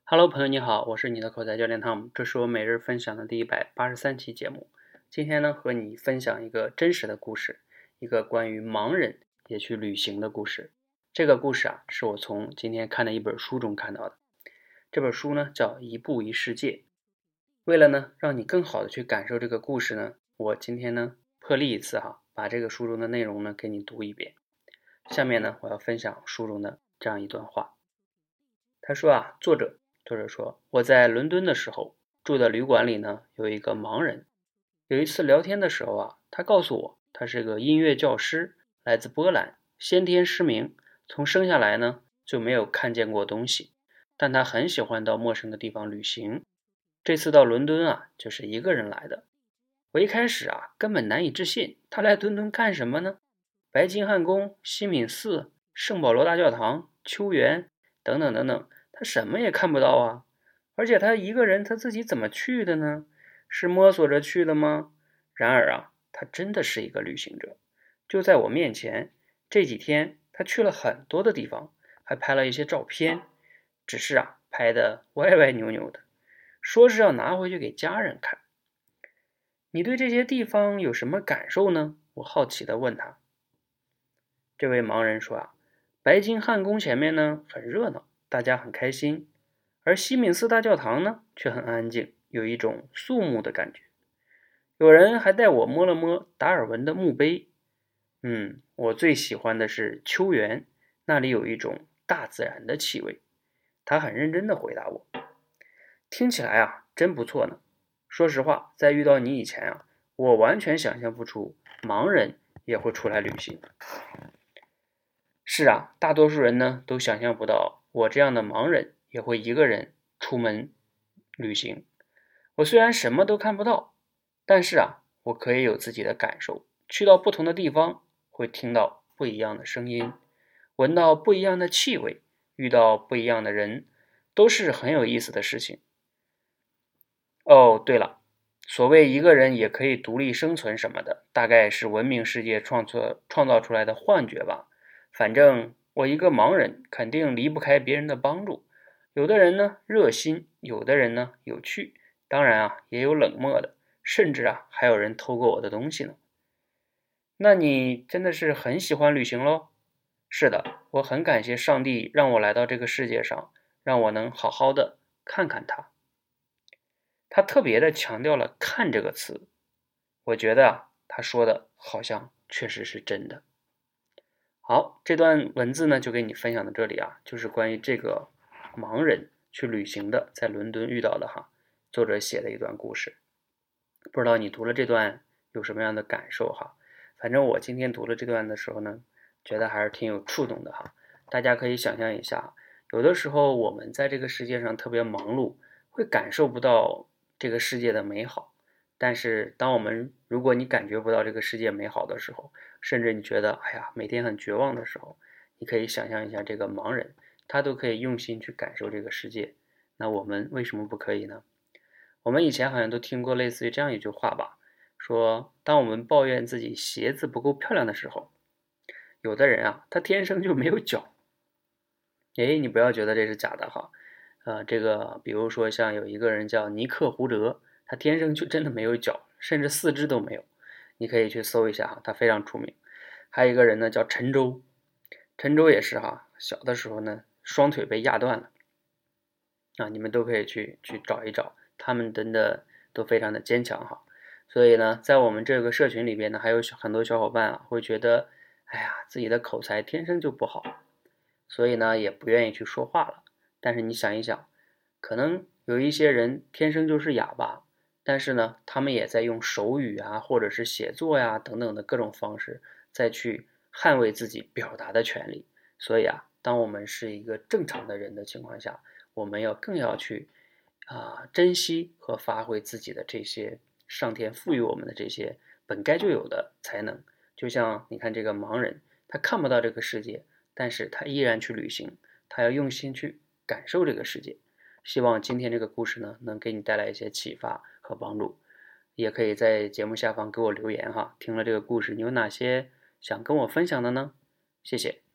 Hello，朋友你好，我是你的口才教练汤姆，这是我每日分享的第183期节目。今天呢，和你分享一个真实的故事，一个关于盲人也去旅行的故事。这个故事啊，是我从今天看的一本书中看到的。这本书呢，叫《一步一世界》。为了呢，让你更好的去感受这个故事呢，我今天呢，破例一次把这个书中的内容呢，给你读一遍。下面呢，我要分享书中的这样一段话。他说作者说，我在伦敦的时候住的旅馆里呢，有一个盲人。有一次聊天的时候他告诉我，他是个音乐教师，来自波兰，先天失明，从生下来呢就没有看见过东西，但他很喜欢到陌生的地方旅行。这次到伦敦就是一个人来的。我一开始根本难以置信，他来伦敦干什么呢？白金汉宫、西敏寺、圣保罗大教堂、秋园等等等等，他什么也看不到而且他一个人，他自己怎么去的呢？是摸索着去的吗？然而他真的是一个旅行者。就在我面前，这几天他去了很多的地方，还拍了一些照片，只是拍得歪歪扭扭的，说是要拿回去给家人看。你对这些地方有什么感受呢？我好奇地问他。这位盲人说白金汉宫前面呢很热闹，大家很开心，而西敏寺大教堂呢却很安静，有一种肃穆的感觉。有人还带我摸了摸达尔文的墓碑。我最喜欢的是秋园，那里有一种大自然的气味。他很认真地回答我。听起来真不错呢。说实话，在遇到你以前我完全想象不出盲人也会出来旅行。是大多数人呢都想象不到我这样的盲人也会一个人出门旅行。我虽然什么都看不到，但是我可以有自己的感受，去到不同的地方，会听到不一样的声音，闻到不一样的气味，遇到不一样的人，都是很有意思的事情。哦，对了，所谓一个人也可以独立生存什么的，大概是文明世界创造出来的幻觉吧。反正我一个盲人，肯定离不开别人的帮助。有的人呢热心，有的人呢有趣，当然也有冷漠的，甚至还有人偷过我的东西呢。那你真的是很喜欢旅行咯？是的，我很感谢上帝让我来到这个世界上，让我能好好的看看他。他特别的强调了看这个词，我觉得他说的好像确实是真的。好，这段文字呢就给你分享到这里就是关于这个盲人去旅行的，在伦敦遇到的作者写的一段故事。不知道你读了这段有什么样的感受反正我今天读了这段的时候呢，觉得还是挺有触动的大家可以想象一下，有的时候我们在这个世界上特别忙碌，会感受不到这个世界的美好。但是如果你感觉不到这个世界美好的时候，甚至你觉得每天很绝望的时候，你可以想象一下这个盲人，他都可以用心去感受这个世界，那我们为什么不可以呢？我们以前好像都听过类似于这样一句话吧，说当我们抱怨自己鞋子不够漂亮的时候，有的人他天生就没有脚。你不要觉得这是假的这个比如说像有一个人叫尼克胡德，他天生就真的没有脚，甚至四肢都没有。你可以去搜一下他非常出名。还有一个人呢叫陈舟，陈舟也是小的时候呢双腿被压断了你们都可以去找一找，他们真的都非常的坚强所以呢，在我们这个社群里边呢，还有很多小伙伴会觉得，自己的口才天生就不好，所以呢，也不愿意去说话了。但是你想一想，可能有一些人天生就是哑巴，但是呢，他们也在用手语或者是写作等等的各种方式，再去捍卫自己表达的权利。所以当我们是一个正常的人的情况下，我们更要去珍惜和发挥自己的这些上天赋予我们的这些本该就有的才能。就像你看这个盲人，他看不到这个世界，但是他依然去旅行，他要用心去感受这个世界。希望今天这个故事呢，能给你带来一些启发和帮助。也可以在节目下方给我留言听了这个故事，你有哪些想跟我分享的呢？谢谢。